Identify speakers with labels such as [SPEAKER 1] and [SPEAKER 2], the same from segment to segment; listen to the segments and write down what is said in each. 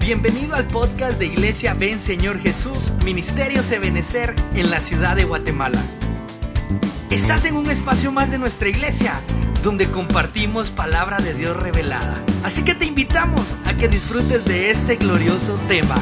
[SPEAKER 1] Bienvenido al podcast de Iglesia Ven Señor Jesús, Ministerios Ebenecer en la ciudad de Guatemala. Estás en un espacio más de nuestra iglesia, donde compartimos palabra de Dios revelada. Así que te invitamos a que disfrutes de este glorioso tema.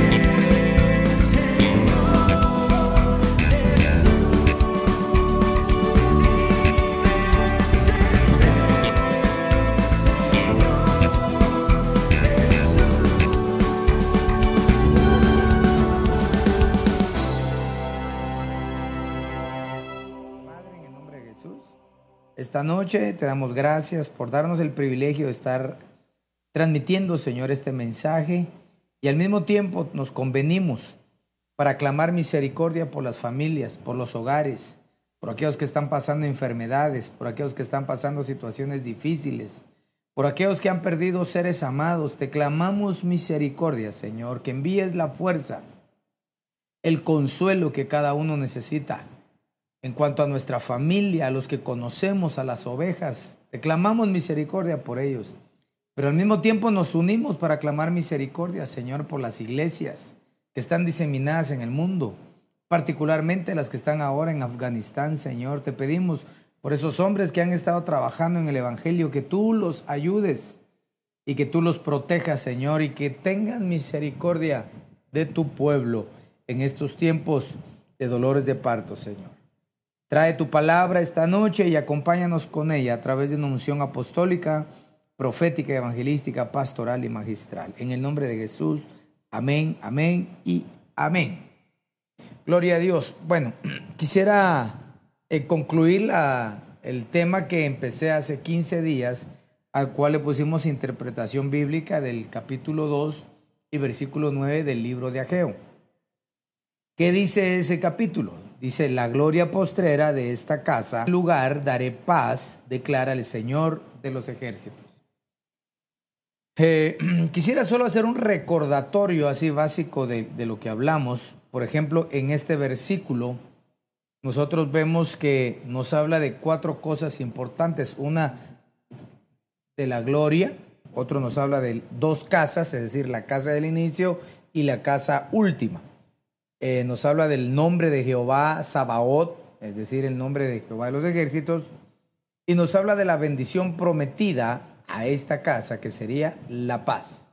[SPEAKER 2] Esta noche te damos gracias por darnos el privilegio de estar transmitiendo, Señor, este mensaje, y al mismo tiempo nos convenimos para clamar misericordia por las familias, por los hogares, por aquellos que están pasando enfermedades, por aquellos que están pasando situaciones difíciles, por aquellos que han perdido seres amados. Te clamamos misericordia, Señor, que envíes la fuerza, el consuelo que cada uno necesita. En cuanto a nuestra familia, a los que conocemos, a las ovejas, te clamamos misericordia por ellos. Pero al mismo tiempo nos unimos para clamar misericordia, Señor, por las iglesias que están diseminadas en el mundo, particularmente las que están ahora en Afganistán, Señor. Te pedimos por esos hombres que han estado trabajando en el Evangelio, que tú los ayudes y que tú los protejas, Señor, y que tengas misericordia de tu pueblo en estos tiempos de dolores de parto, Señor. Trae tu palabra esta noche y acompáñanos con ella a través de una unción apostólica, profética, evangelística, pastoral y magistral. En el nombre de Jesús, amén, amén y amén. Gloria a Dios. Bueno, quisiera concluir el tema que empecé hace 15 días, al cual le pusimos interpretación bíblica del capítulo 2 y versículo 9 del libro de Ageo. ¿Qué dice ese capítulo? Dice: la gloria postrera de esta casa, lugar daré paz, declara el Señor de los ejércitos. Quisiera solo hacer un recordatorio así básico de lo que hablamos. Por ejemplo, en este versículo, nosotros vemos que nos habla de 4 cosas importantes. Una, de la gloria. Otro nos habla de 2 casas, es decir, la casa del inicio y la casa última. Nos habla del nombre de Jehová Sabaoth, es decir, el nombre de Jehová de los ejércitos, y nos habla de la bendición prometida a esta casa, que sería la paz.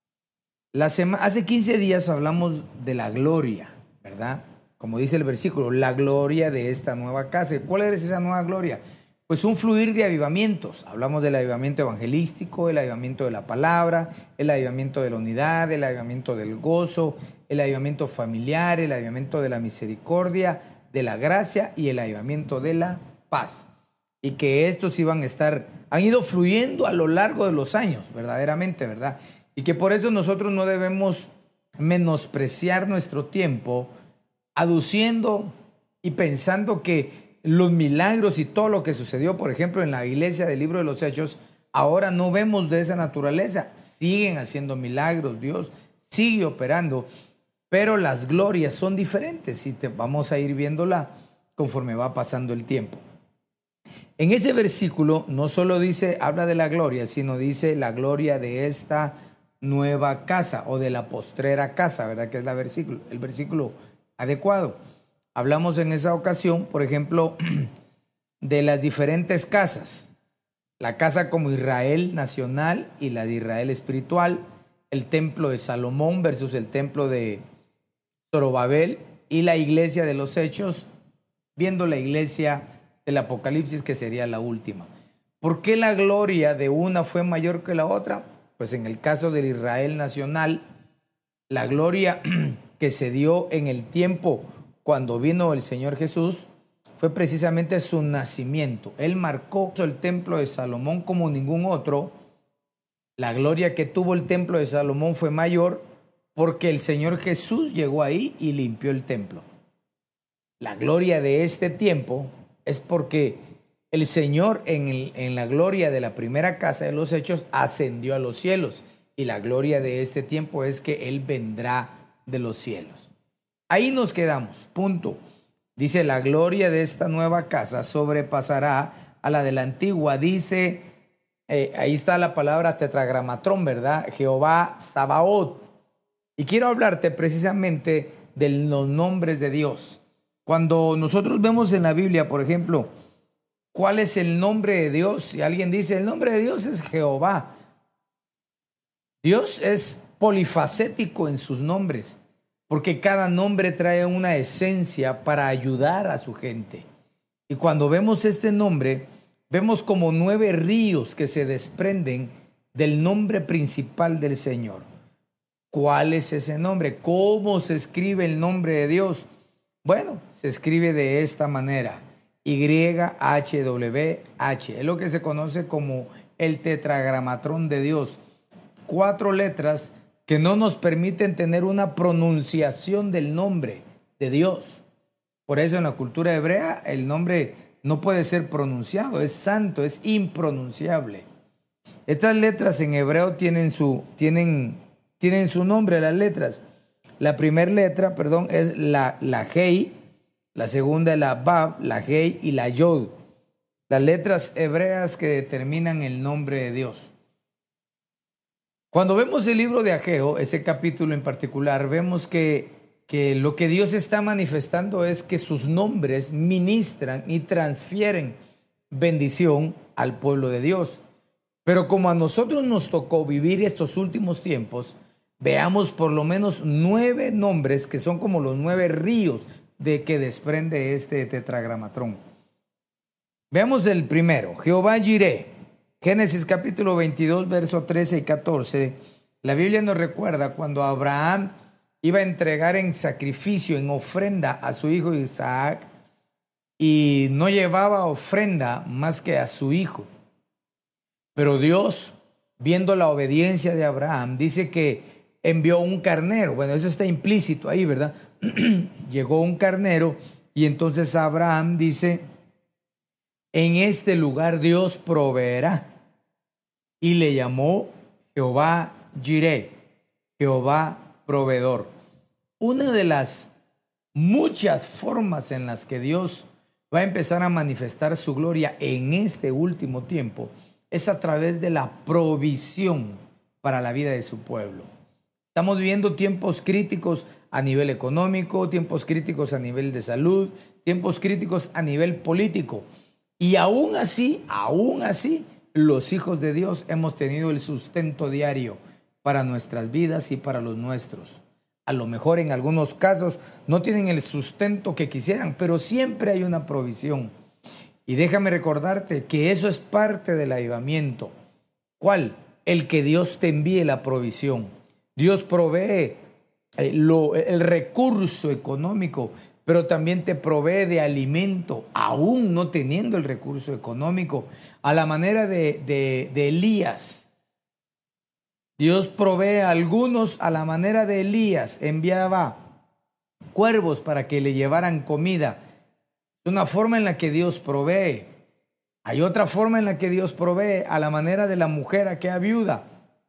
[SPEAKER 2] Hace 15 días hablamos de la gloria, ¿verdad? Como dice el versículo, la gloria de esta nueva casa. ¿Cuál es esa nueva gloria? Pues un fluir de avivamientos. Hablamos del avivamiento evangelístico, el avivamiento de la palabra, el avivamiento de la unidad, el avivamiento del gozo, el avivamiento familiar, el avivamiento de la misericordia, de la gracia y el avivamiento de la paz. Y que estos han ido fluyendo a lo largo de los años, verdaderamente, ¿verdad? Y que por eso nosotros no debemos menospreciar nuestro tiempo aduciendo y pensando que los milagros y todo lo que sucedió, por ejemplo, en la iglesia del libro de los Hechos, ahora no vemos de esa naturaleza. Siguen haciendo milagros, Dios sigue operando, pero las glorias son diferentes y vamos a ir viéndola conforme va pasando el tiempo. En ese versículo no solo habla de la gloria, sino dice la gloria de esta nueva casa o de la postrera casa, ¿verdad? Que es el versículo adecuado. Hablamos en esa ocasión, por ejemplo, de las diferentes casas. La casa como Israel nacional y la de Israel espiritual, el templo de Salomón versus el templo de Zorobabel, y la iglesia de los Hechos, viendo la iglesia del Apocalipsis, que sería la última. ¿Por qué la gloria de una fue mayor que la otra? Pues en el caso del Israel nacional, la gloria que se dio en el tiempo cuando vino el Señor Jesús fue precisamente su nacimiento. Él marcó el templo de Salomón como ningún otro. La gloria que tuvo el templo de Salomón fue mayor porque el Señor Jesús llegó ahí y limpió el templo. La gloria de este tiempo es porque el Señor en la gloria de la primera casa de los Hechos ascendió a los cielos, y la gloria de este tiempo es que Él vendrá de los cielos. Ahí nos quedamos, punto. Dice: la gloria de esta nueva casa sobrepasará a la de la antigua. Dice, ahí está la palabra tetragramatrón, ¿verdad? Jehová Sabaoth. Y quiero hablarte precisamente de los nombres de Dios. Cuando nosotros vemos en la Biblia, por ejemplo, ¿cuál es el nombre de Dios? Si alguien dice, el nombre de Dios es Jehová. Dios es polifacético en sus nombres, porque cada nombre trae una esencia para ayudar a su gente. Y cuando vemos este nombre, vemos como 9 ríos que se desprenden del nombre principal del Señor. ¿Cuál es ese nombre? ¿Cómo se escribe el nombre de Dios? Bueno, se escribe de esta manera: YHWH. Es lo que se conoce como el tetragramatrón de Dios. 4 letras que no nos permiten tener una pronunciación del nombre de Dios. Por eso en la cultura hebrea el nombre no puede ser pronunciado, es santo, es impronunciable. Estas letras en hebreo tienen su nombre, las letras. La primera letra, es la Hei, la segunda es la Bab, la Hei y la Yod. Las letras hebreas que determinan el nombre de Dios. Cuando vemos el libro de Ageo, ese capítulo en particular, vemos que lo que Dios está manifestando es que sus nombres ministran y transfieren bendición al pueblo de Dios. Pero como a nosotros nos tocó vivir estos últimos tiempos, veamos por lo menos 9 nombres que son como los 9 ríos de que desprende este tetragramatrón. Veamos el primero, Jehová Jireh. Génesis capítulo 22, versos 13 y 14. La Biblia nos recuerda cuando Abraham iba a entregar en sacrificio, en ofrenda a su hijo Isaac, y no llevaba ofrenda más que a su hijo. Pero Dios, viendo la obediencia de Abraham, dice que envió un carnero. Bueno, eso está implícito ahí, ¿verdad? Llegó un carnero y entonces Abraham dice: en este lugar Dios proveerá. Y le llamó Jehová Jireh, Jehová proveedor. Una de las muchas formas en las que Dios va a empezar a manifestar su gloria en este último tiempo es a través de la provisión para la vida de su pueblo. Estamos viviendo tiempos críticos a nivel económico, tiempos críticos a nivel de salud, tiempos críticos a nivel político. Y aún así, los hijos de Dios hemos tenido el sustento diario para nuestras vidas y para los nuestros. A lo mejor en algunos casos no tienen el sustento que quisieran, pero siempre hay una provisión. Y déjame recordarte que eso es parte del avivamiento. ¿Cuál? El que Dios te envíe la provisión. Dios provee el recurso económico, pero también te provee de alimento, aún no teniendo el recurso económico, a la manera de Elías. Dios provee a algunos a la manera de Elías, enviaba cuervos para que le llevaran comida. Es una forma en la que Dios provee. Hay otra forma en la que Dios provee a la manera de la mujer aquella viuda,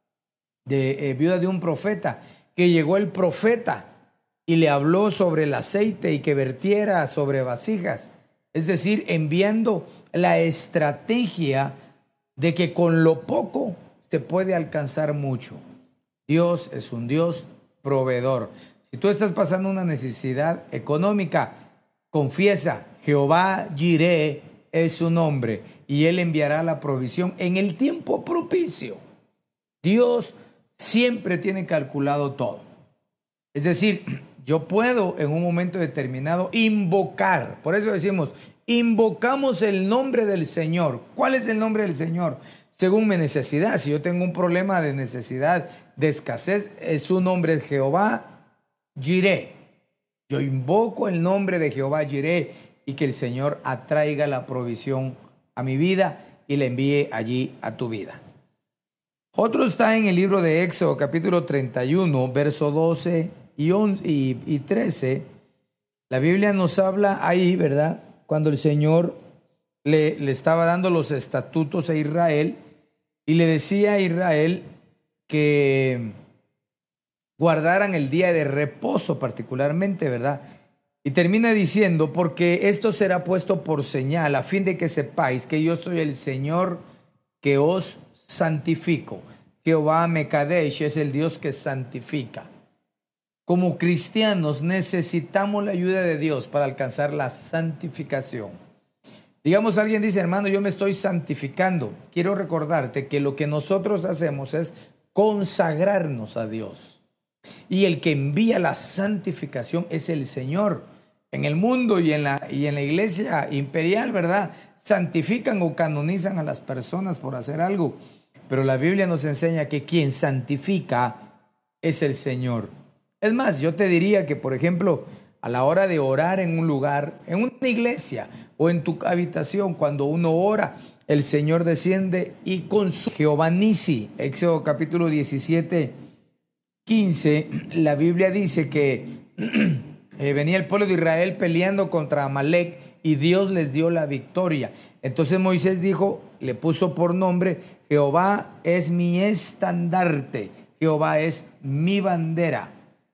[SPEAKER 2] viuda de un profeta, que llegó el profeta y le habló sobre el aceite y que vertiera sobre vasijas. Es decir, enviando la estrategia de que con lo poco se puede alcanzar mucho. Dios es un Dios proveedor. Si tú estás pasando una necesidad económica, confiesa: Jehová Jireh es su nombre y Él enviará la provisión en el tiempo propicio. Dios siempre tiene calculado todo. Es decir, yo puedo en un momento determinado invocar. Por eso decimos, invocamos el nombre del Señor. ¿Cuál es el nombre del Señor? Según mi necesidad. Si yo tengo un problema de necesidad, de escasez, su nombre es Jehová Jireh. Yo invoco el nombre de Jehová Jireh y que el Señor atraiga la provisión a mi vida y la envíe allí a tu vida. Otro está en el libro de Éxodo, capítulo 31, verso 12 y 13. La Biblia nos habla ahí, ¿verdad? Cuando el Señor le estaba dando los estatutos a Israel y le decía a Israel que guardaran el día de reposo particularmente, ¿verdad? Y termina diciendo: porque esto será puesto por señal, a fin de que sepáis que yo soy el Señor que os santifico. Jehová Mekadesh es el Dios que santifica. como cristianos necesitamos la ayuda de Dios para alcanzar la santificación. Digamos, alguien dice, hermano, yo me estoy santificando. Quiero recordarte que lo que nosotros hacemos es consagrarnos a Dios. Y el que envía la santificación es el Señor. En el mundo y en la iglesia imperial, ¿verdad? Santifican o canonizan a las personas por hacer algo. Pero la Biblia nos enseña que quien santifica es el Señor. Es más, yo te diría que, por ejemplo, a la hora de orar en un lugar, en una iglesia o en tu habitación, cuando uno ora, el Señor desciende y con su Jehová Nisi, Éxodo capítulo 17, 15, la Biblia dice que venía el pueblo de Israel peleando contra Amalek y Dios les dio la victoria. Entonces Moisés dijo, le puso por nombre, Jehová es mi estandarte, Jehová es mi bandera.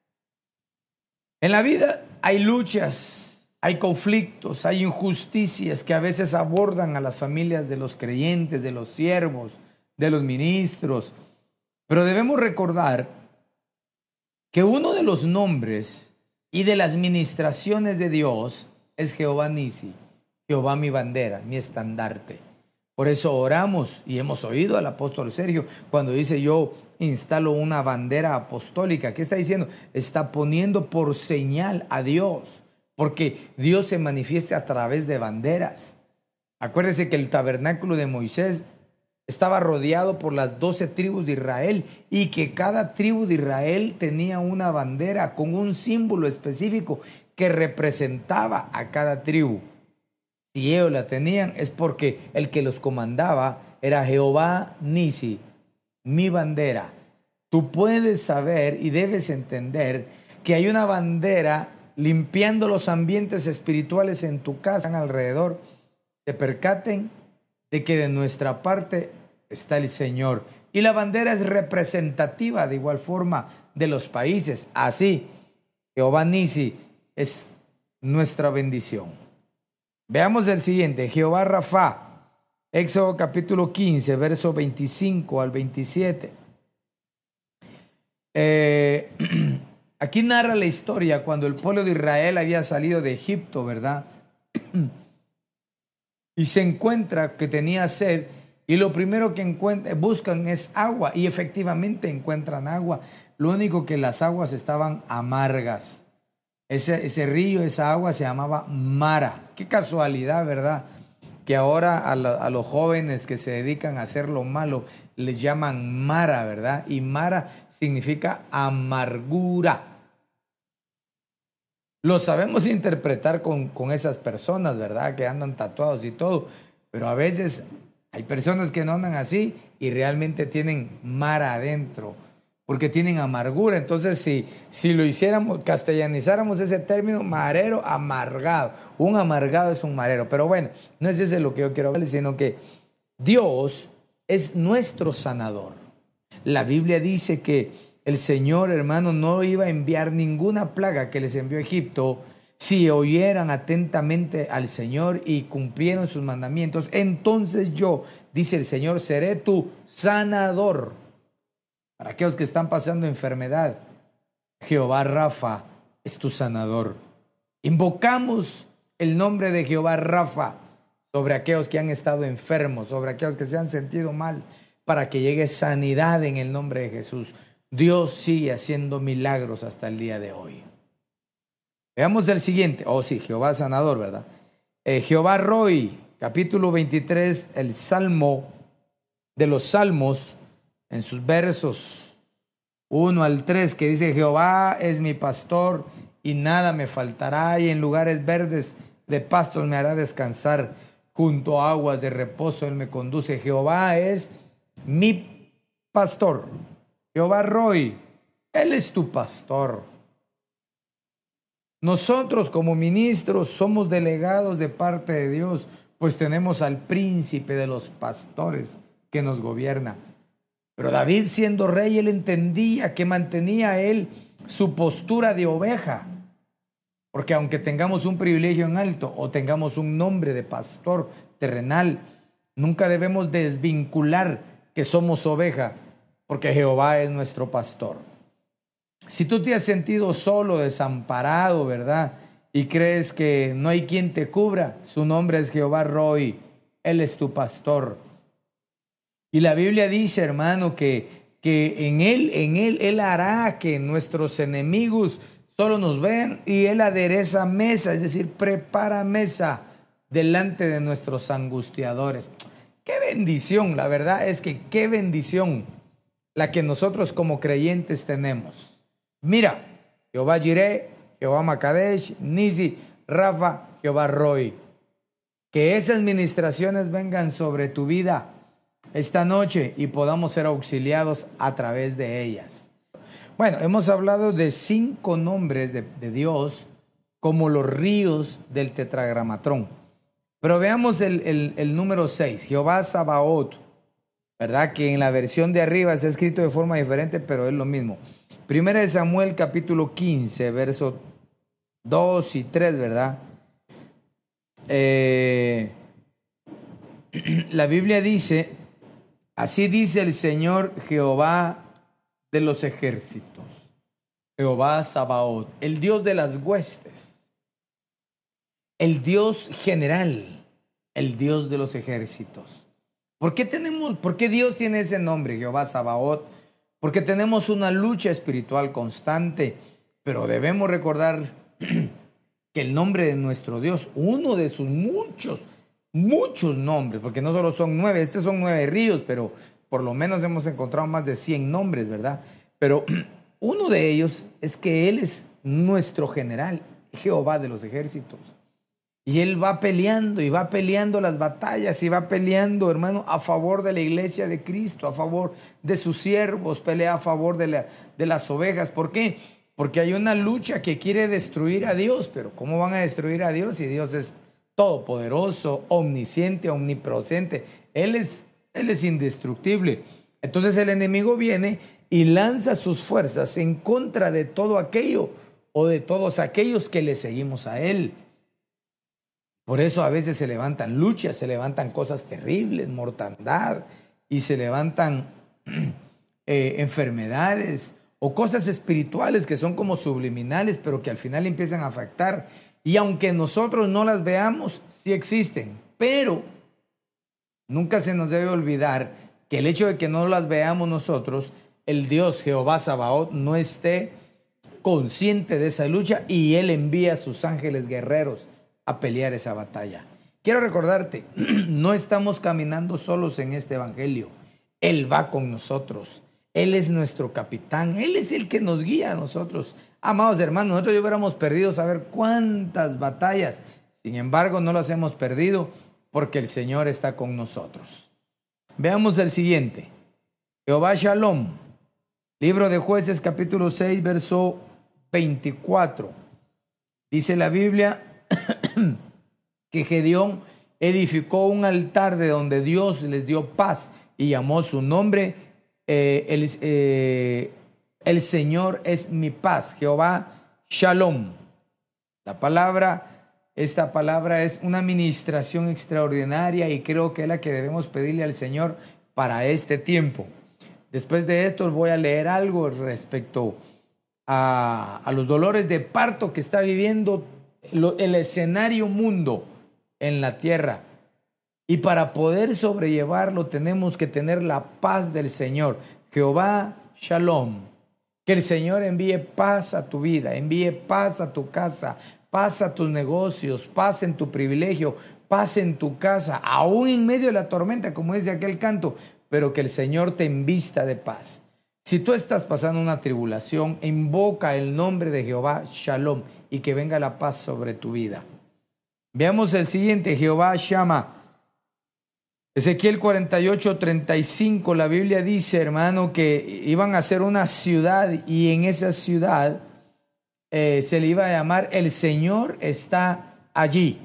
[SPEAKER 2] En la vida hay luchas, hay conflictos, hay injusticias que a veces abordan a las familias de los creyentes, de los siervos, de los ministros. Pero debemos recordar que uno de los nombres y de las ministraciones de Dios es Jehová Nisi, Jehová mi bandera, mi estandarte. Por eso oramos y hemos oído al apóstol Sergio cuando dice yo instalo una bandera apostólica. ¿Qué está diciendo? Está poniendo por señal a Dios, porque Dios se manifiesta a través de banderas. Acuérdese que el tabernáculo de Moisés estaba rodeado por las 12 tribus de Israel y que cada tribu de Israel tenía una bandera con un símbolo específico que representaba a cada tribu. Si ellos la tenían es porque el que los comandaba era Jehová Nisi, mi bandera. Tú puedes saber y debes entender que hay una bandera limpiando los ambientes espirituales en tu casa alrededor. Se percaten de que de nuestra parte está el Señor. Y la bandera es representativa de igual forma de los países. Así, Jehová Nisi es nuestra bendición. Veamos el siguiente, Jehová Rafa, Éxodo capítulo 15, verso 25 al 27. Aquí narra la historia cuando el pueblo de Israel había salido de Egipto, ¿verdad? Y se encuentra que tenía sed y lo primero que buscan es agua y efectivamente encuentran agua. Lo único que las aguas estaban amargas. Ese río, esa agua se llamaba Mara. Qué casualidad, ¿verdad? Que ahora a los jóvenes que se dedican a hacer lo malo les llaman Mara, ¿verdad? Y Mara significa amargura. Lo sabemos interpretar con esas personas, ¿verdad? Que andan tatuados y todo. Pero a veces hay personas que no andan así y realmente tienen Mara adentro, porque tienen amargura. Entonces, si lo hiciéramos, castellanizáramos ese término, marero, amargado. Un amargado es un marero. Pero bueno, no es ese lo que yo quiero hablar, sino que Dios es nuestro sanador. La Biblia dice que el Señor, hermano, no iba a enviar ninguna plaga que les envió a Egipto si oyeran atentamente al Señor y cumplieron sus mandamientos. Entonces yo, dice el Señor, seré tu sanador. Para aquellos que están pasando enfermedad, Jehová Rafa es tu sanador. Invocamos el nombre de Jehová Rafa sobre aquellos que han estado enfermos, sobre aquellos que se han sentido mal, para que llegue sanidad en el nombre de Jesús. Dios sigue haciendo milagros hasta el día de hoy. Veamos el siguiente. Oh sí, Jehová sanador, ¿verdad? Jehová Roy, capítulo 23, el Salmo de los Salmos, en sus versos 1 al 3, que dice: Jehová es mi pastor y nada me faltará, y en lugares verdes de pastos me hará descansar, junto a aguas de reposo él me conduce. Jehová es mi pastor. Jehová Roy, él es tu pastor. Nosotros como ministros somos delegados de parte de Dios, pues tenemos al príncipe de los pastores que nos gobierna. Pero David, siendo rey, él entendía que mantenía él su postura de oveja. Porque aunque tengamos un privilegio en alto o tengamos un nombre de pastor terrenal, nunca debemos desvincular que somos oveja, porque Jehová es nuestro pastor. Si tú te has sentido solo, desamparado, ¿verdad? Y crees que no hay quien te cubra, su nombre es Jehová Roy, Él es tu pastor. Y la Biblia dice, hermano, que en Él hará que nuestros enemigos solo nos vean y Él adereza mesa, es decir, prepara mesa delante de nuestros angustiadores. Qué bendición, la verdad es que qué bendición la que nosotros como creyentes tenemos. Mira, Jehová Jireh, Jehová Makadesh, Nisi, Rafa, Jehová Roy. Que esas ministraciones vengan sobre tu vida esta noche y podamos ser auxiliados a través de ellas. Bueno, hemos hablado de 5 nombres de Dios como los ríos del tetragramatrón. Pero veamos el número 6, Jehová Sabaoth, ¿verdad? Que en la versión de arriba está escrito de forma diferente, pero es lo mismo. Primera de Samuel capítulo 15, versos 2 y 3, ¿verdad? La Biblia dice, así dice el Señor Jehová de los ejércitos, Jehová Sabaoth, el Dios de las huestes, el Dios general, el Dios de los ejércitos. ¿Por qué Dios tiene ese nombre, Jehová Sabaoth? Porque tenemos una lucha espiritual constante, pero debemos recordar que el nombre de nuestro Dios, uno de sus muchos nombres, porque no solo son 9, estos son 9 ríos, pero por lo menos hemos encontrado más de 100 nombres, ¿verdad? Pero uno de ellos es que Él es nuestro general, Jehová de los ejércitos. Y Él va peleando y va peleando las batallas y va peleando, hermano, a favor de la iglesia de Cristo, a favor de sus siervos, pelea a favor de las ovejas. ¿Por qué? Porque hay una lucha que quiere destruir a Dios, pero ¿cómo van a destruir a Dios si Dios es todopoderoso, omnisciente, omnipresente? Él es indestructible. Entonces el enemigo viene y lanza sus fuerzas en contra de todo aquello o de todos aquellos que le seguimos a Él. Por eso a veces se levantan luchas, se levantan cosas terribles, mortandad, y se levantan enfermedades o cosas espirituales que son como subliminales, pero que al final empiezan a afectar. Y aunque nosotros no las veamos, sí existen. Pero nunca se nos debe olvidar que el hecho de que no las veamos nosotros, el Dios Jehová Sabaoth no esté consciente de esa lucha y Él envía a sus ángeles guerreros a pelear esa batalla. Quiero recordarte, no estamos caminando solos en este evangelio. Él va con nosotros. Él es nuestro capitán. Él es el que nos guía a nosotros. Amados hermanos, nosotros ya hubiéramos perdido saber cuántas batallas. Sin embargo, no las hemos perdido porque el Señor está con nosotros. Veamos el siguiente. Jehová Shalom. Libro de Jueces, capítulo 6, verso 24. Dice la Biblia que Gedeón edificó un altar de donde Dios les dio paz y llamó su nombre el Señor es mi paz, Jehová Shalom. Esta palabra es una administración extraordinaria y creo que es la que debemos pedirle al Señor para este tiempo. Después de esto voy a leer algo respecto a los dolores de parto que está viviendo el escenario mundo en la tierra. Y para poder sobrellevarlo tenemos que tener la paz del Señor. Jehová Shalom. Que el Señor envíe paz a tu vida, envíe paz a tu casa, paz a tus negocios, paz en tu privilegio, paz en tu casa, aún en medio de la tormenta, como dice aquel canto, pero que el Señor te envista de paz. Si tú estás pasando una tribulación, invoca el nombre de Jehová Shalom y que venga la paz sobre tu vida. Veamos el siguiente, Jehová Shammah. Ezequiel 48:35, la Biblia dice, hermano, que iban a hacer una ciudad y en esa ciudad se le iba a llamar El Señor está allí.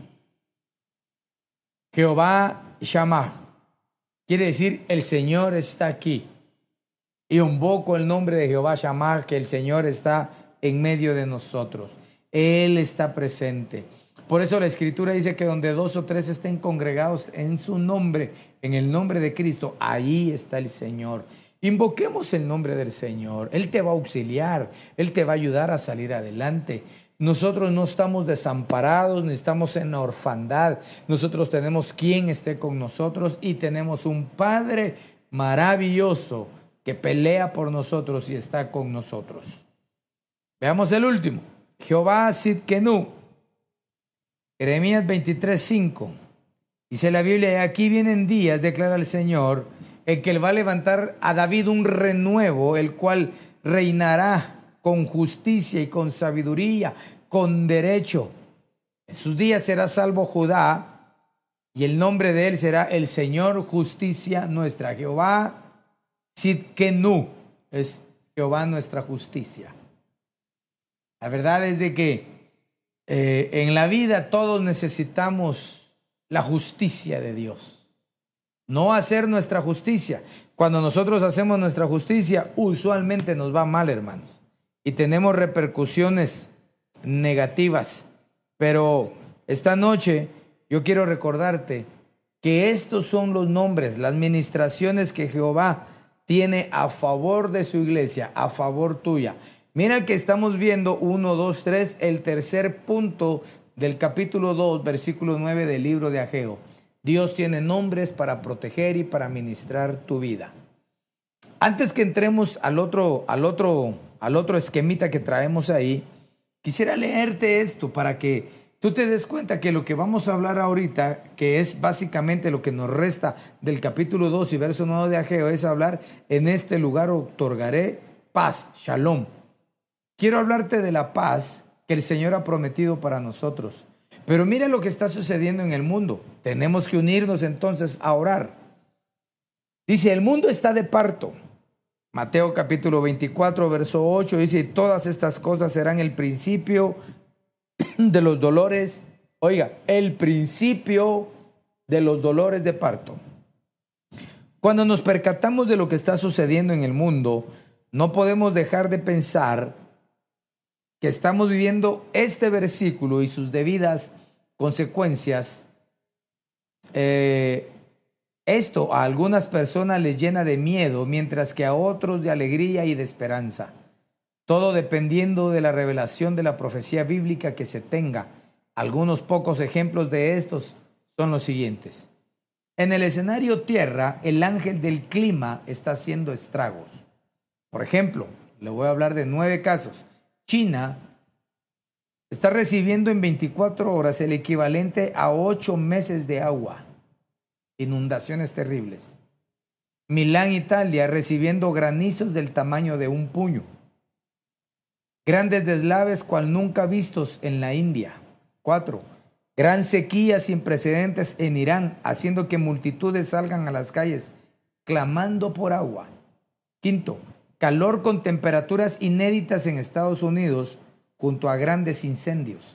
[SPEAKER 2] Jehová Shammah quiere decir el Señor está aquí. Y invoco el nombre de Jehová Shammah, que el Señor está en medio de nosotros. Él está presente. Por eso la Escritura dice que donde 2 o 3 estén congregados en su nombre, en el nombre de Cristo, ahí está el Señor. Invoquemos el nombre del Señor. Él te va a auxiliar, Él te va a ayudar a salir adelante. Nosotros no estamos desamparados, ni estamos en la orfandad. Nosotros tenemos quien esté con nosotros y tenemos un Padre maravilloso que pelea por nosotros y está con nosotros. Veamos el último. Jehová Sidkenu. Jeremías 23:5. Dice la Biblia: "Y aquí vienen días, declara el Señor, en que Él va a levantar a David un renuevo, el cual reinará con justicia y con sabiduría, con derecho. En sus días será salvo Judá, y el nombre de él será el Señor justicia nuestra". Jehová Sidkenu es Jehová nuestra justicia. La verdad es de que en la vida todos necesitamos la justicia de Dios. No hacer nuestra justicia. Cuando nosotros hacemos nuestra justicia, usualmente nos va mal, hermanos, y tenemos repercusiones negativas. Pero esta noche yo quiero recordarte que estos son los nombres, las ministraciones que Jehová tiene a favor de su iglesia, a favor tuya. Mira que estamos viendo 1, 2, 3, el tercer punto del capítulo 2, versículo 9 del libro de Ageo. Dios tiene nombres para proteger y para ministrar tu vida. Antes que entremos al otro esquemita que traemos ahí, quisiera leerte esto para que tú te des cuenta que lo que vamos a hablar ahorita, que es básicamente lo que nos resta del capítulo 2 y verso 9 de Ageo, es hablar: en este lugar otorgaré paz, shalom. Quiero hablarte de la paz que el Señor ha prometido para nosotros. Pero mira lo que está sucediendo en el mundo. Tenemos que unirnos entonces a orar. Dice: el mundo está de parto. Mateo capítulo 24, verso 8 dice: todas estas cosas serán el principio de los dolores. Oiga, el principio de los dolores de parto. Cuando nos percatamos de lo que está sucediendo en el mundo, no podemos dejar de pensar que estamos viviendo este versículo y sus debidas consecuencias. Esto a algunas personas les llena de miedo, mientras que a otros de alegría y de esperanza. Todo dependiendo de la revelación de la profecía bíblica que se tenga. Algunos pocos ejemplos de estos son los siguientes. En el escenario tierra, el ángel del clima está haciendo estragos. Por ejemplo, le voy a hablar de 9 casos. China está recibiendo en 24 horas el equivalente a 8 meses de agua. Inundaciones terribles. Milán, Italia, recibiendo granizos del tamaño de un puño. Grandes deslaves cual nunca vistos en la India. 4. Gran sequía sin precedentes en Irán, haciendo que multitudes salgan a las calles clamando por agua. 5. Calor con temperaturas inéditas en Estados Unidos junto a grandes incendios.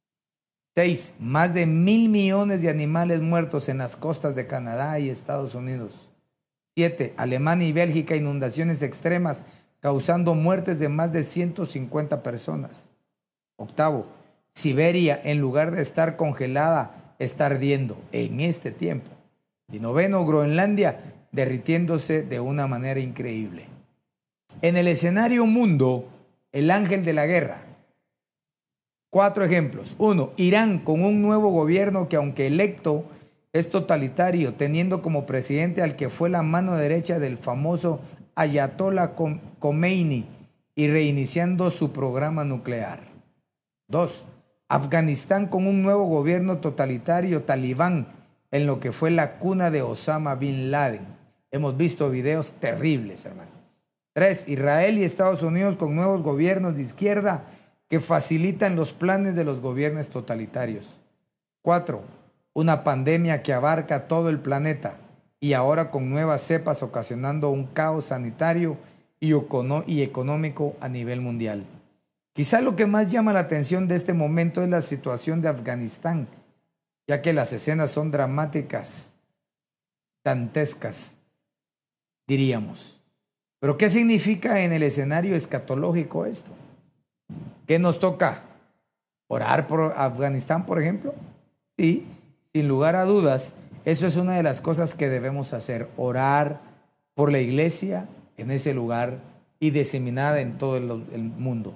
[SPEAKER 2] 6. Más de 1,000 millones de animales muertos en las costas de Canadá y Estados Unidos. 7. Alemania y Bélgica, inundaciones extremas causando muertes de más de 150 personas. 8. Siberia, en lugar de estar congelada, está ardiendo en este tiempo. Y 9. Groenlandia, derritiéndose de una manera increíble. En el escenario mundo, el ángel de la guerra. 4 ejemplos. 1. Irán, con un nuevo gobierno que, aunque electo, es totalitario, teniendo como presidente al que fue la mano derecha del famoso Ayatollah Khomeini y reiniciando su programa nuclear. 2. Afganistán, con un nuevo gobierno totalitario talibán, en lo que fue la cuna de Osama Bin Laden. Hemos visto videos terribles, hermano. 3. Israel y Estados Unidos, con nuevos gobiernos de izquierda que facilitan los planes de los gobiernos totalitarios. 4. Una pandemia que abarca todo el planeta y ahora con nuevas cepas ocasionando un caos sanitario y económico a nivel mundial. Quizá lo que más llama la atención de este momento es la situación de Afganistán, ya que las escenas son dramáticas, dantescas, diríamos. Pero ¿qué significa en el escenario escatológico esto? ¿Qué nos toca? ¿Orar por Afganistán, por ejemplo? Sí, sin lugar a dudas, eso es una de las cosas que debemos hacer. Orar por la iglesia en ese lugar y diseminada en todo el mundo.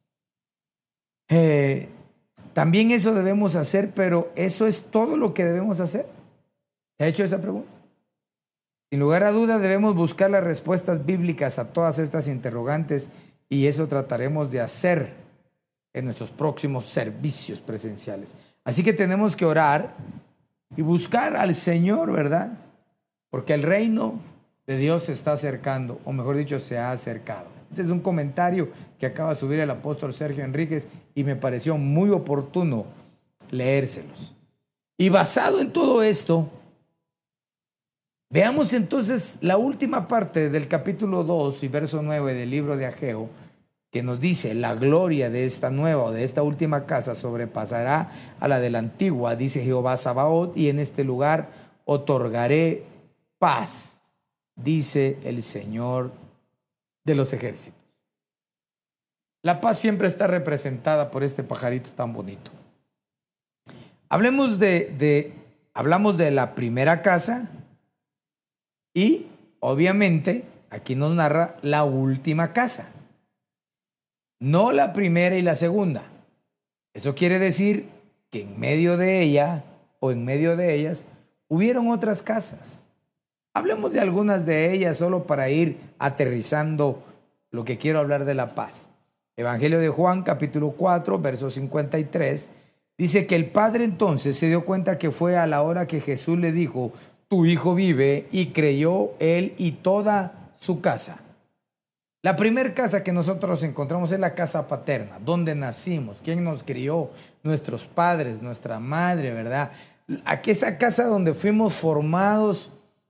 [SPEAKER 2] También eso debemos hacer, pero ¿eso es todo lo que debemos hacer? ¿Se ha hecho esa pregunta? Sin lugar a dudas debemos buscar las respuestas bíblicas a todas estas interrogantes y eso trataremos de hacer en nuestros próximos servicios presenciales. Así que tenemos que orar y buscar al Señor, ¿verdad? Porque el reino de Dios se está acercando, o mejor dicho, se ha acercado. Este es un comentario que acaba de subir el apóstol Sergio Enríquez y me pareció muy oportuno leérselos. Y basado en todo esto, veamos entonces la última parte del capítulo 2 y verso 9 del libro de Ageo, que nos dice: la gloria de esta nueva o de esta última casa sobrepasará a la de la antigua, dice Jehová Sabaoth, y en este lugar otorgaré paz, dice el Señor de los ejércitos. La paz siempre está representada por este pajarito tan bonito. Hablamos de la primera casa y obviamente aquí nos narra la última casa. No la primera y la segunda. Eso quiere decir que en medio de ella o en medio de ellas hubieron otras casas. Hablemos de algunas de ellas solo para ir aterrizando lo que quiero hablar de la paz. Evangelio de Juan, capítulo 4, verso 53, dice que el padre entonces se dio cuenta que fue a la hora que Jesús le dijo: tu hijo vive, y creyó él y toda su casa. La primera casa que nosotros encontramos es la casa paterna, donde nacimos, quién nos crió, nuestros padres, nuestra madre, ¿verdad? Aquí esa casa donde fuimos formados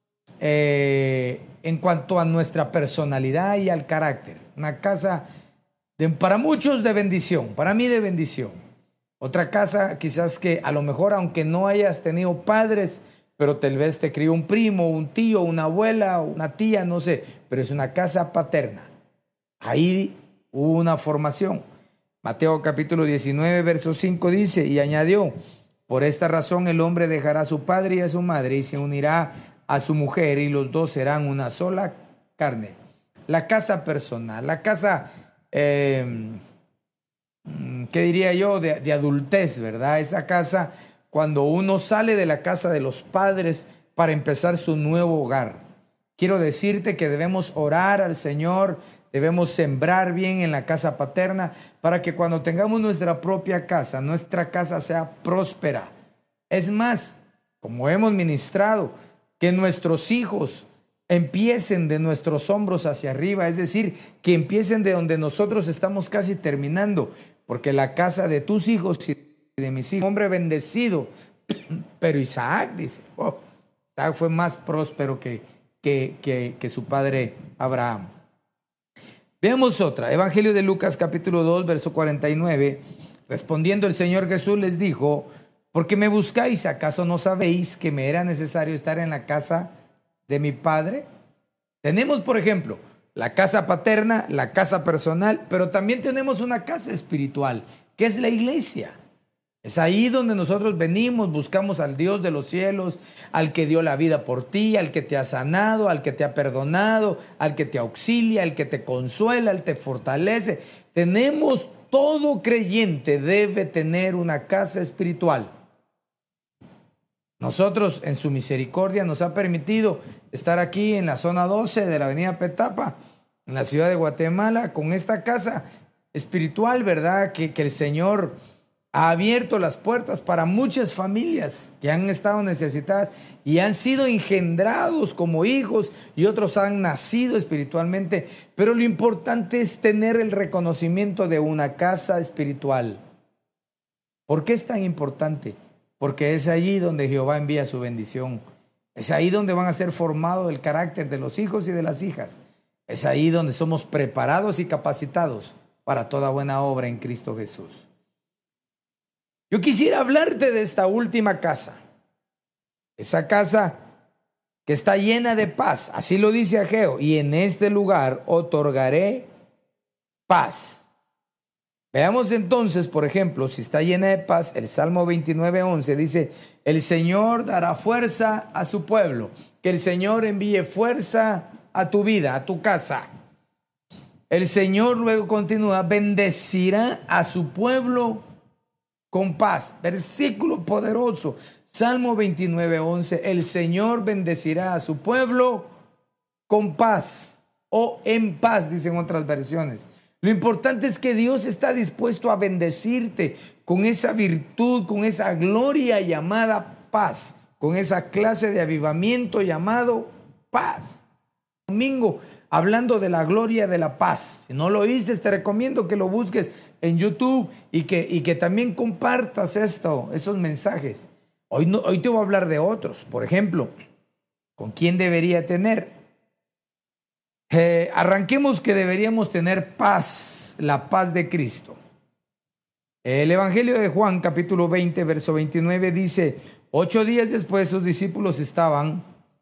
[SPEAKER 2] en cuanto a nuestra personalidad y al carácter. Una casa para muchos de bendición, para mí de bendición. Otra casa quizás que a lo mejor, aunque no hayas tenido padres, pero tal vez te crió un primo, un tío, una abuela, una tía, no sé, pero es una casa paterna. Ahí hubo una formación. Mateo capítulo 19, verso 5 dice, y añadió: por esta razón el hombre dejará a su padre y a su madre y se unirá a su mujer y los dos serán una sola carne. La casa personal, la casa, ¿qué diría yo? De adultez, ¿verdad? Esa casa cuando uno sale de la casa de los padres para empezar su nuevo hogar. Quiero decirte que debemos orar al Señor, debemos sembrar bien en la casa paterna para que cuando tengamos nuestra propia casa, nuestra casa sea próspera. Es más, como hemos ministrado, que nuestros hijos empiecen de nuestros hombros hacia arriba, es decir, que empiecen de donde nosotros estamos casi terminando, porque la casa de tus hijos y de mis hijos, hombre bendecido, pero Isaac dice, Isaac fue más próspero que su padre Abraham. Veamos otra, Evangelio de Lucas capítulo 2, verso 49, respondiendo el Señor Jesús les dijo: ¿por qué me buscáis? ¿Acaso no sabéis que me era necesario estar en la casa de mi Padre? Tenemos, por ejemplo, la casa paterna, la casa personal, pero también tenemos una casa espiritual, que es la iglesia. Es ahí donde nosotros venimos, buscamos al Dios de los cielos, al que dio la vida por ti, al que te ha sanado, al que te ha perdonado, al que te auxilia, al que te consuela, al que te fortalece. Todo creyente debe tener una casa espiritual. Nosotros, en su misericordia, nos ha permitido estar aquí en la zona 12 de la avenida Petapa, en la ciudad de Guatemala, con esta casa espiritual, ¿verdad? Que el Señor ha abierto las puertas para muchas familias que han estado necesitadas y han sido engendrados como hijos y otros han nacido espiritualmente. Pero lo importante es tener el reconocimiento de una casa espiritual. ¿Por qué es tan importante? Porque es allí donde Jehová envía su bendición. Es ahí donde van a ser formado el carácter de los hijos y de las hijas. Es ahí donde somos preparados y capacitados para toda buena obra en Cristo Jesús. Yo quisiera hablarte de esta última casa. Esa casa que está llena de paz. Así lo dice Ageo. Y en este lugar otorgaré paz. Veamos entonces, por ejemplo, si está llena de paz, el Salmo 29:11 dice: el Señor dará fuerza a su pueblo, que el Señor envíe fuerza a tu vida, a tu casa. El Señor luego continúa, bendecirá a su pueblo con paz. Versículo poderoso. Salmo 29:11. El Señor bendecirá a su pueblo con paz o en paz, dicen otras versiones. Lo importante es que Dios está dispuesto a bendecirte con esa virtud, con esa gloria llamada paz, con esa clase de avivamiento llamado paz. Domingo, hablando de la gloria de la paz. Si no lo oíste, te recomiendo que lo busques en YouTube y que también compartas esos mensajes. Hoy te voy a hablar de otros. Por ejemplo, ¿con quién debería tener? Arranquemos que deberíamos tener paz, la paz de Cristo. El Evangelio de Juan, capítulo 20, verso 29, dice: 8 días después sus discípulos estaban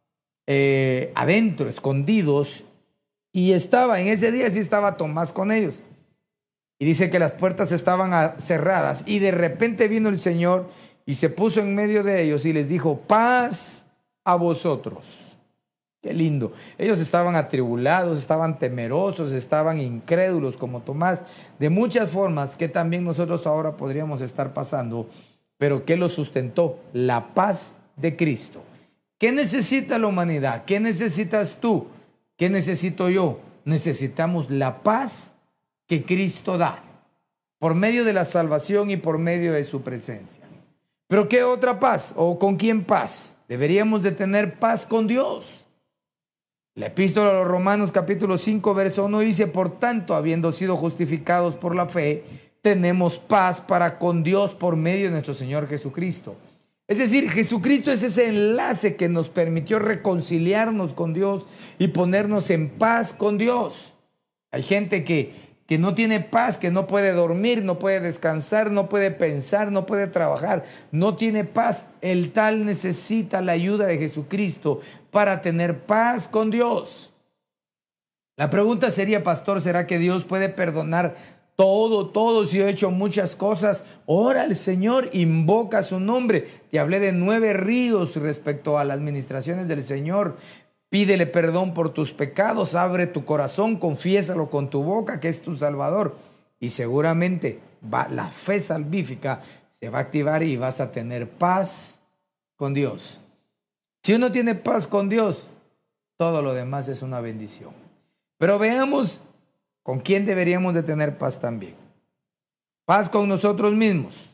[SPEAKER 2] adentro, escondidos, y en ese día sí estaba Tomás con ellos. Y dice que las puertas estaban cerradas, y de repente vino el Señor y se puso en medio de ellos y les dijo: paz a vosotros. Qué lindo. Ellos estaban atribulados, estaban temerosos, estaban incrédulos como Tomás, de muchas formas que también nosotros ahora podríamos estar pasando, pero ¿qué los sustentó? La paz de Cristo. ¿Qué necesita la humanidad? ¿Qué necesitas tú? ¿Qué necesito yo? Necesitamos la paz que Cristo da, por medio de la salvación y por medio de su presencia. ¿Pero qué otra paz? ¿O con quién paz? Deberíamos de tener paz con Dios. La epístola a los Romanos capítulo 5 verso 1 dice: por tanto, habiendo sido justificados por la fe, tenemos paz para con Dios por medio de nuestro Señor Jesucristo. Es decir, Jesucristo es ese enlace que nos permitió reconciliarnos con Dios y ponernos en paz con Dios. Hay gente que no tiene paz, que no puede dormir, no puede descansar, no puede pensar, no puede trabajar, no tiene paz. El tal necesita la ayuda de Jesucristo para tener paz con Dios. La pregunta sería: pastor, ¿será que Dios puede perdonar todo? Si he hecho muchas cosas, ora al Señor, invoca su nombre. Te hablé de 9 ríos respecto a las ministraciones del Señor. Pídele perdón por tus pecados, abre tu corazón, confiésalo con tu boca que es tu Salvador. Y seguramente la fe salvífica se va a activar y vas a tener paz con Dios. Si uno tiene paz con Dios, todo lo demás es una bendición. Pero veamos con quién deberíamos de tener paz también. Paz con nosotros mismos.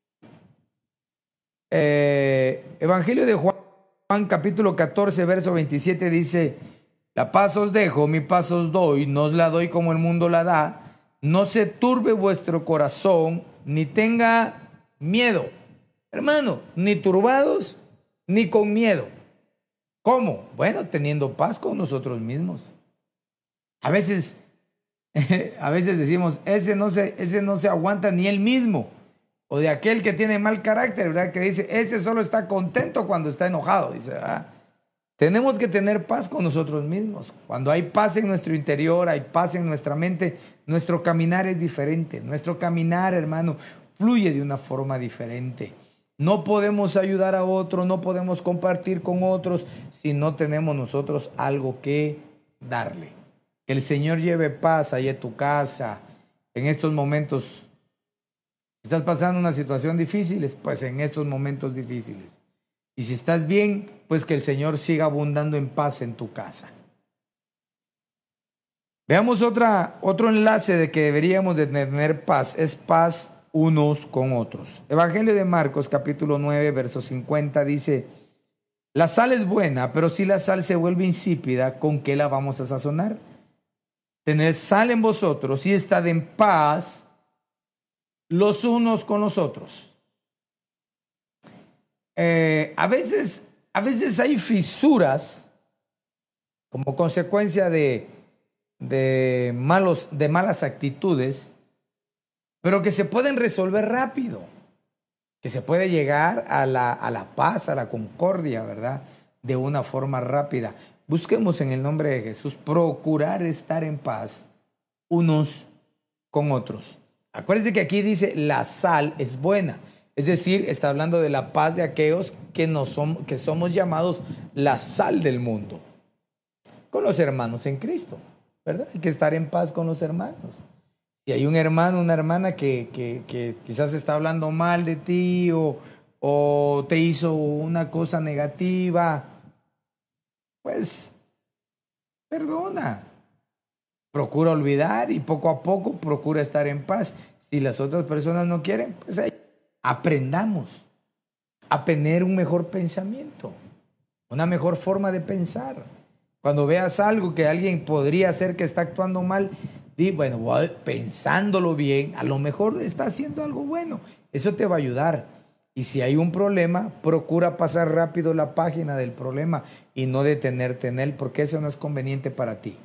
[SPEAKER 2] Evangelio de Juan capítulo 14 verso 27 dice: la paz os dejo, mi paz os doy, no os la doy como el mundo la da. No se turbe vuestro corazón, ni tenga miedo. Hermano, ni turbados, ni con miedo. ¿Cómo? Bueno, teniendo paz con nosotros mismos. A veces decimos: ese no se aguanta ni él mismo. O de aquel que tiene mal carácter, ¿verdad? Que dice: ese solo está contento cuando está enojado. Dice, tenemos que tener paz con nosotros mismos. Cuando hay paz en nuestro interior, hay paz en nuestra mente, nuestro caminar es diferente. Nuestro caminar, hermano, fluye de una forma diferente. No podemos ayudar a otros, no podemos compartir con otros si no tenemos nosotros algo que darle. Que el Señor lleve paz ahí a tu casa en estos momentos. Si estás pasando una situación difícil, pues en estos momentos difíciles. Y si estás bien, pues que el Señor siga abundando en paz en tu casa. Veamos otro enlace de que deberíamos de tener paz. Es paz unos con otros. Evangelio de Marcos capítulo 9 verso 50 dice: la sal es buena, pero si la sal se vuelve insípida, ¿con qué la vamos a sazonar? Tened sal en vosotros y estad en paz los unos con los otros. A veces hay fisuras como consecuencia de malas actitudes, pero que se pueden resolver rápido, que se puede llegar a la paz, a la concordia, ¿verdad? De una forma rápida. Busquemos en el nombre de Jesús procurar estar en paz unos con otros. Acuérdense que aquí dice: la sal es buena. Es decir, está hablando de la paz de aquellos que somos llamados la sal del mundo. Con los hermanos en Cristo, ¿verdad? Hay que estar en paz con los hermanos. Si hay un hermano, una hermana que quizás está hablando mal de ti o te hizo una cosa negativa, pues perdona. Procura olvidar y poco a poco procura estar en paz. Si las otras personas no quieren, pues ahí aprendamos a tener un mejor pensamiento, una mejor forma de pensar. Cuando veas algo que alguien podría hacer que está actuando mal, di, bueno, pensándolo bien, a lo mejor está haciendo algo bueno. Eso te va a ayudar. Y si hay un problema, procura pasar rápido la página del problema y no detenerte en él, porque eso no es conveniente para ti.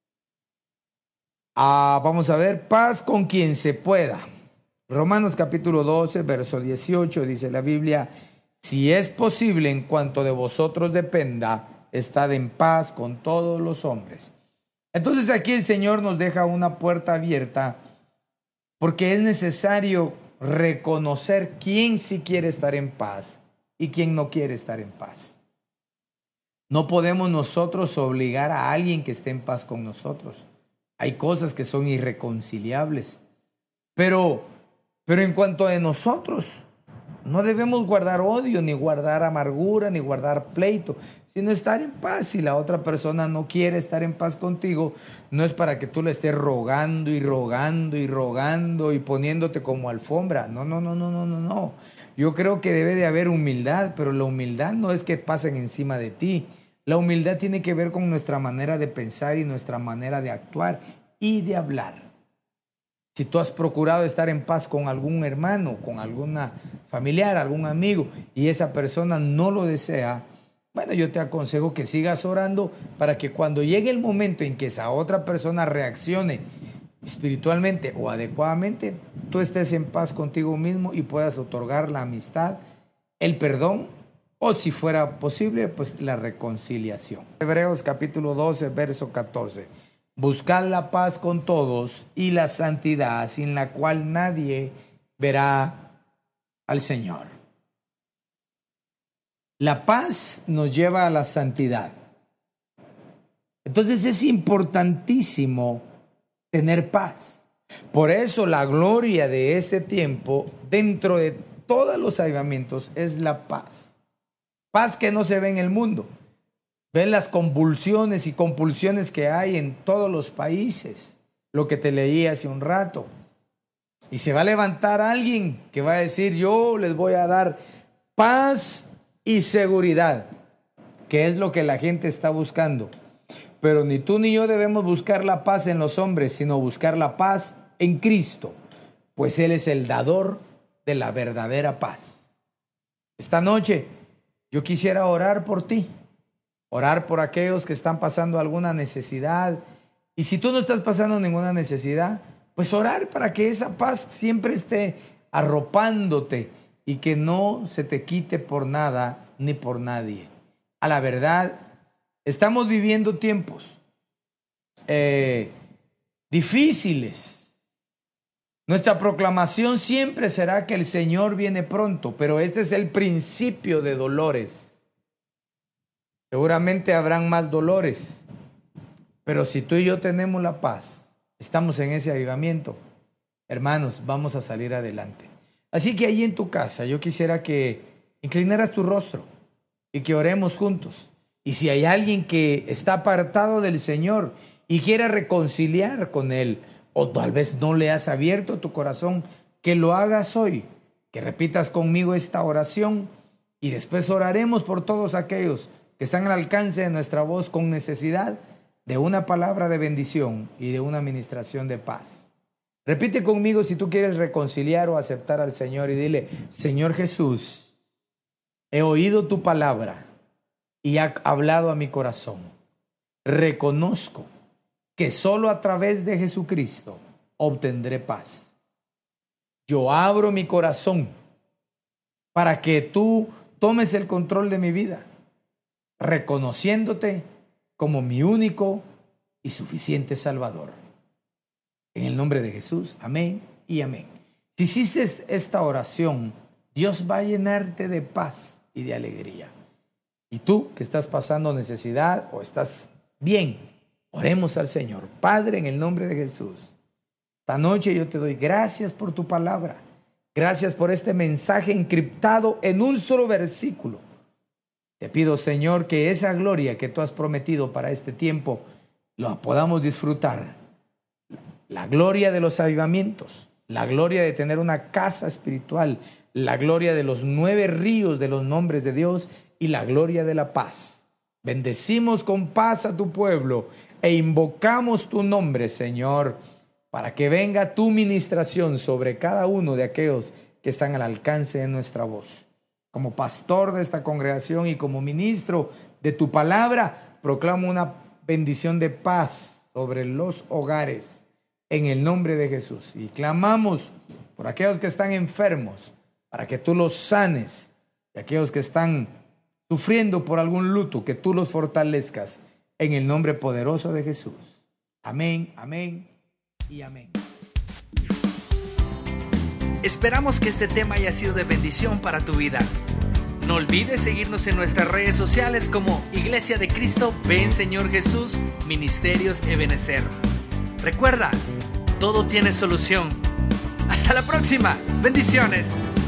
[SPEAKER 2] Vamos a ver, paz con quien se pueda. Romanos capítulo 12, verso 18, dice la Biblia: si es posible, en cuanto de vosotros dependa, estad en paz con todos los hombres. Entonces aquí el Señor nos deja una puerta abierta, porque es necesario reconocer quién sí quiere estar en paz y quién no quiere estar en paz. No podemos nosotros obligar a alguien que esté en paz con nosotros. Hay cosas que son irreconciliables. Pero en cuanto a nosotros, no debemos guardar odio, ni guardar amargura, ni guardar pleito, sino estar en paz. Si la otra persona no quiere estar en paz contigo, no es para que tú le estés rogando y rogando y rogando y poniéndote como alfombra. No. Yo creo que debe de haber humildad, pero la humildad no es que pasen encima de ti. La humildad tiene que ver con nuestra manera de pensar y nuestra manera de actuar y de hablar. Si tú has procurado estar en paz con algún hermano, con alguna familiar, algún amigo, y esa persona no lo desea, bueno, yo te aconsejo que sigas orando para que cuando llegue el momento en que esa otra persona reaccione espiritualmente o adecuadamente, tú estés en paz contigo mismo y puedas otorgar la amistad, el perdón, o si fuera posible, pues la reconciliación. Hebreos capítulo 12, verso 14. Buscad la paz con todos y la santidad, sin la cual nadie verá al Señor. La paz nos lleva a la santidad. Entonces es importantísimo tener paz. Por eso la gloria de este tiempo, dentro de todos los avivamientos, es la paz. Paz que no se ve en el mundo. Ven las convulsiones y compulsiones que hay en todos los países. Lo que te leí hace un rato. Y se va a levantar alguien que va a decir: yo les voy a dar paz y seguridad, que es lo que la gente está buscando. Pero ni tú ni yo debemos buscar la paz en los hombres, sino buscar la paz en Cristo, pues Él es el dador de la verdadera paz. Esta noche yo quisiera orar por ti, orar por aquellos que están pasando alguna necesidad. Y si tú no estás pasando ninguna necesidad, pues orar para que esa paz siempre esté arropándote y que no se te quite por nada ni por nadie. A la verdad, estamos viviendo tiempos difíciles. Nuestra proclamación siempre será que el Señor viene pronto, pero este es el principio de dolores. Seguramente habrán más dolores, pero si tú y yo tenemos la paz, estamos en ese avivamiento, hermanos, vamos a salir adelante. Así que ahí en tu casa yo quisiera que inclinaras tu rostro y que oremos juntos. Y si hay alguien que está apartado del Señor y quiere reconciliar con Él, o tal vez no le has abierto tu corazón, que lo hagas hoy, que repitas conmigo esta oración y después oraremos por todos aquellos que están al alcance de nuestra voz con necesidad de una palabra de bendición y de una administración de paz. Repite conmigo si tú quieres reconciliar o aceptar al Señor y dile: Señor Jesús, he oído tu palabra y ha hablado a mi corazón. Reconozco que solo a través de Jesucristo obtendré paz. Yo abro mi corazón para que tú tomes el control de mi vida, reconociéndote como mi único y suficiente Salvador. En el nombre de Jesús, amén y amén. Si hiciste esta oración, Dios va a llenarte de paz y de alegría. Y tú que estás pasando necesidad o estás Bien, oremos al Señor. Padre, en el nombre de Jesús, esta noche yo te doy gracias por tu palabra. Gracias por este mensaje encriptado en un solo versículo. Te pido, Señor, que esa gloria que tú has prometido para este tiempo la podamos disfrutar. La gloria de los avivamientos, la gloria de tener una casa espiritual, la gloria de los 9 ríos de los nombres de Dios y la gloria de la paz. Bendecimos con paz a tu pueblo e invocamos tu nombre, Señor, para que venga tu ministración sobre cada uno de aquellos que están al alcance de nuestra voz. Como pastor de esta congregación y como ministro de tu palabra, proclamo una bendición de paz sobre los hogares en el nombre de Jesús. Y clamamos por aquellos que están enfermos, para que tú los sanes, y aquellos que están sufriendo por algún luto, que tú los fortalezcas en el nombre poderoso de Jesús. Amén, amén y amén.
[SPEAKER 1] Esperamos que este tema haya sido de bendición para tu vida. No olvides seguirnos en nuestras redes sociales como Iglesia de Cristo, Ven Señor Jesús, Ministerios Ebenecer. Recuerda, todo tiene solución. Hasta la próxima. Bendiciones.